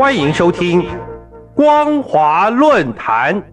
欢迎收听光华论坛。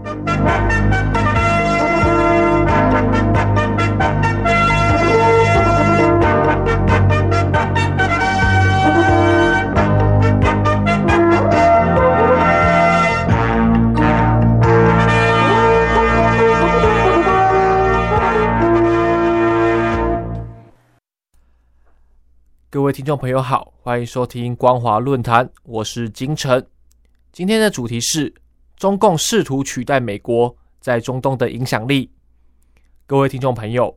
各位听众朋友好，欢迎收听光华论坛，我是金城。今天的主题是中共试图取代美国在中东的影响力。各位听众朋友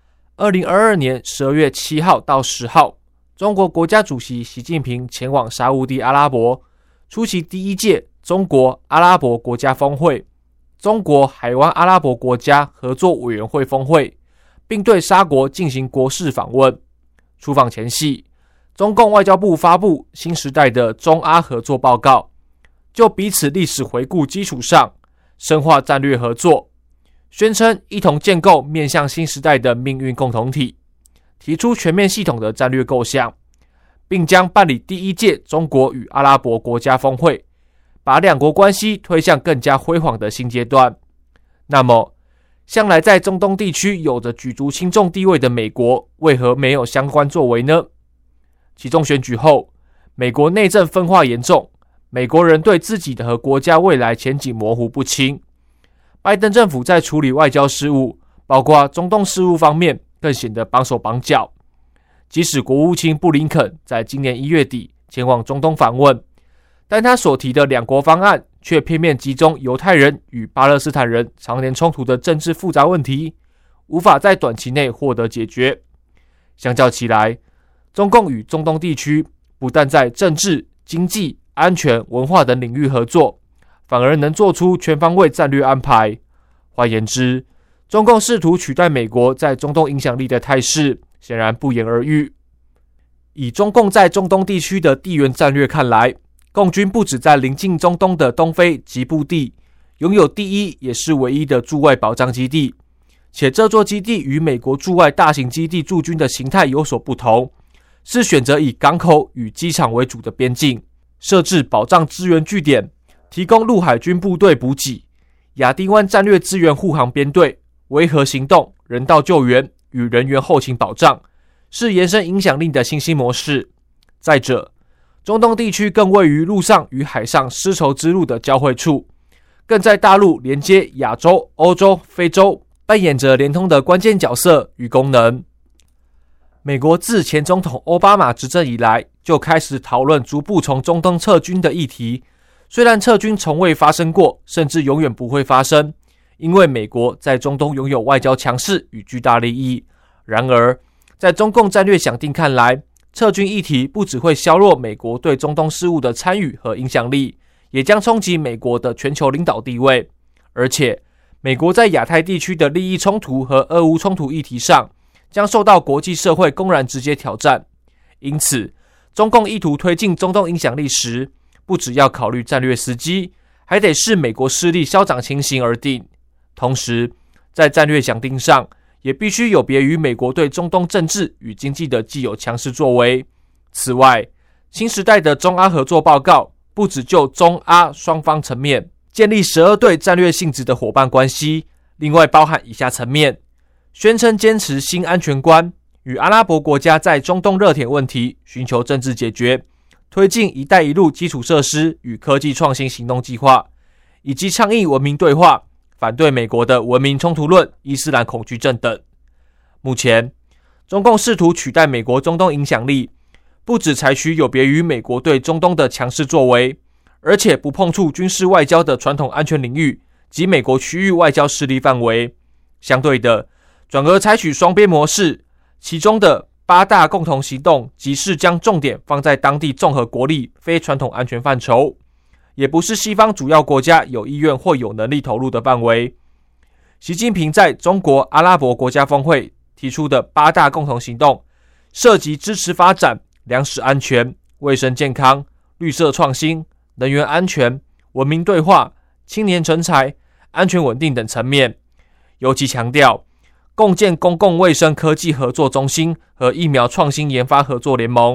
，2022年12月7号到10号，中国国家主席习近平前往沙烏地阿拉伯出席第一届中国阿拉伯国家峰会、中国海湾阿拉伯国家合作委员会峰会，并对沙国进行国事访问。出访前夕，中共外交部发布新时代的中阿合作报告，就彼此历史回顾基础上深化战略合作，宣称一同建构面向新时代的命运共同体，提出全面系统的战略构想，并将办理第一届中国与阿拉伯国家峰会，把两国关系推向更加辉煌的新阶段。那么向来在中东地区有着举足轻重地位的美国，为何没有相关作为呢？期中选举后，美国内政分化严重，美国人对自己的和国家未来前景模糊不清。拜登政府在处理外交事务，包括中东事务方面，更显得绑手绑脚。即使国务卿布林肯在今年1月底前往中东访问，但他所提的两国方案却片面集中犹太人与巴勒斯坦人常年冲突的政治复杂问题，无法在短期内获得解决。相较起来，中共与中东地区不但在政治、经济、安全、文化等领域合作，反而能做出全方位战略安排。换言之，中共试图取代美国在中东影响力的态势显然不言而喻。以中共在中东地区的地缘战略看来，共军不只在邻近中东的东非吉布地拥有第一也是唯一的驻外保障基地，且这座基地与美国驻外大型基地驻军的形态有所不同，是选择以港口与机场为主的边境，设置保障支援据点，提供陆海军部队补给，亚丁湾战略资源护航编队，维和行动、人道救援与人员后勤保障，是延伸影响力的新兴模式。再者，中东地区更位于陆上与海上丝绸之路的交汇处，更在大陆连接亚洲、欧洲、非洲，扮演着连通的关键角色与功能。美国自前总统奥巴马执政以来，就开始讨论逐步从中东撤军的议题。虽然撤军从未发生过，甚至永远不会发生，因为美国在中东拥有外交强势与巨大利益。然而，在中共战略想定看来，撤军议题不只会削弱美国对中东事务的参与和影响力，也将冲击美国的全球领导地位。而且，美国在亚太地区的利益冲突和俄乌冲突议题上，将受到国际社会公然直接挑战。因此，中共意图推进中东影响力时，不只要考虑战略时机，还得视美国势力消长情形而定。同时，在战略想定上，也必须有别于美国对中东政治与经济的既有强势作为。此外，新时代的中阿合作报告不只就中阿双方层面建立12对战略性质的伙伴关系，另外包含以下层面：宣称坚持新安全观，与阿拉伯国家在中东热点问题寻求政治解决，推进一带一路基础设施与科技创新行动计划，以及倡议文明对话，反对美国的文明冲突论、伊斯兰恐惧症等。目前，中共试图取代美国中东影响力，不只采取有别于美国对中东的强势作为，而且不碰触军事外交的传统安全领域及美国区域外交势力范围。相对的，转而采取双边模式，其中的8大共同行动即是将重点放在当地综合国力非传统安全范畴，也不是西方主要国家有意愿或有能力投入的范围。习近平在中国阿拉伯国家峰会提出的8大共同行动，涉及支持发展、粮食安全、卫生健康、绿色创新、能源安全、文明对话、青年成才、安全稳定等层面，尤其强调共建公共卫生科技合作中心和疫苗创新研发合作联盟，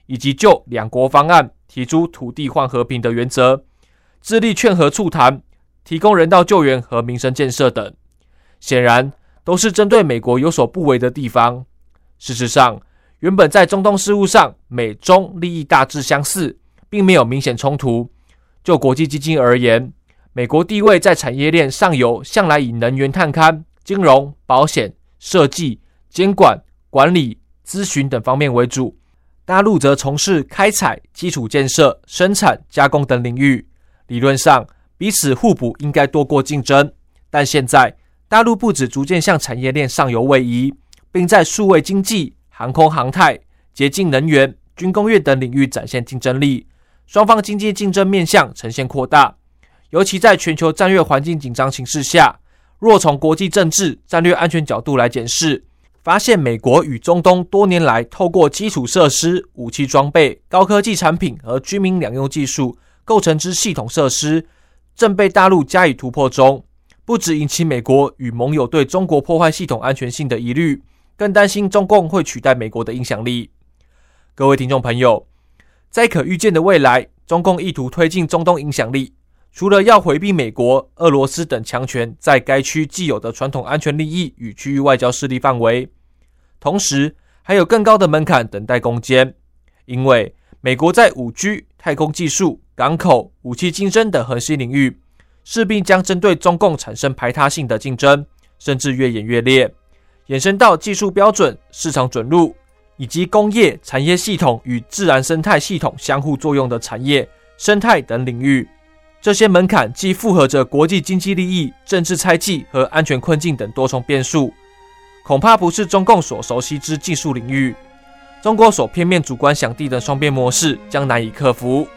以及就两国方案提出土地换和平的原则，致力劝和促谈，提供人道救援和民生建设等。显然都是针对美国有所不为的地方。事实上，原本在中东事务上美中利益大致相似，并没有明显冲突。就国际基金而言，美国地位在产业链上游向来以能源探勘、金融、保险、设计、监管、管理、咨询等方面为主，大陆则从事开采、基础建设、生产、加工等领域。理论上彼此互补，应该多过竞争。但现在大陆不止逐渐向产业链上游位移，并在数位经济、航空航太、洁净能源、军工业等领域展现竞争力，双方经济竞争面向呈现扩大。尤其在全球战略环境紧张形势下，若从国际政治、战略安全角度来检视，发现美国与中东多年来透过基础设施、武器装备、高科技产品和军民两用技术构成之系统设施，正被大陆加以突破中。不只引起美国与盟友对中国破坏系统安全性的疑虑，更担心中共会取代美国的影响力。各位听众朋友，在可预见的未来，中共意图推进中东影响力，除了要回避美国、俄罗斯等强权在该区既有的传统安全利益与区域外交势力范围，同时还有更高的门槛等待攻坚。因为美国在 5G、太空技术、港口、武器竞争等核心领域，势必将针对中共产生排他性的竞争，甚至越演越烈，延伸到技术标准、市场准入，以及工业、产业系统与自然生态系统相互作用的产业、生态等领域。这些门槛既符合着国际经济利益、政治猜忌和安全困境等多重变数，恐怕不是中共所熟悉之技术领域。中国所片面主观想地的双边模式将难以克服。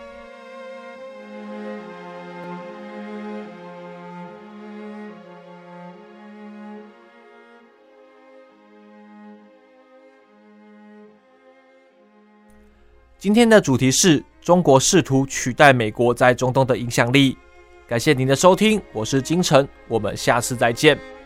今天的主题是中国试图取代美国在中东的影响力。感谢您的收听，我是金城，我们下次再见。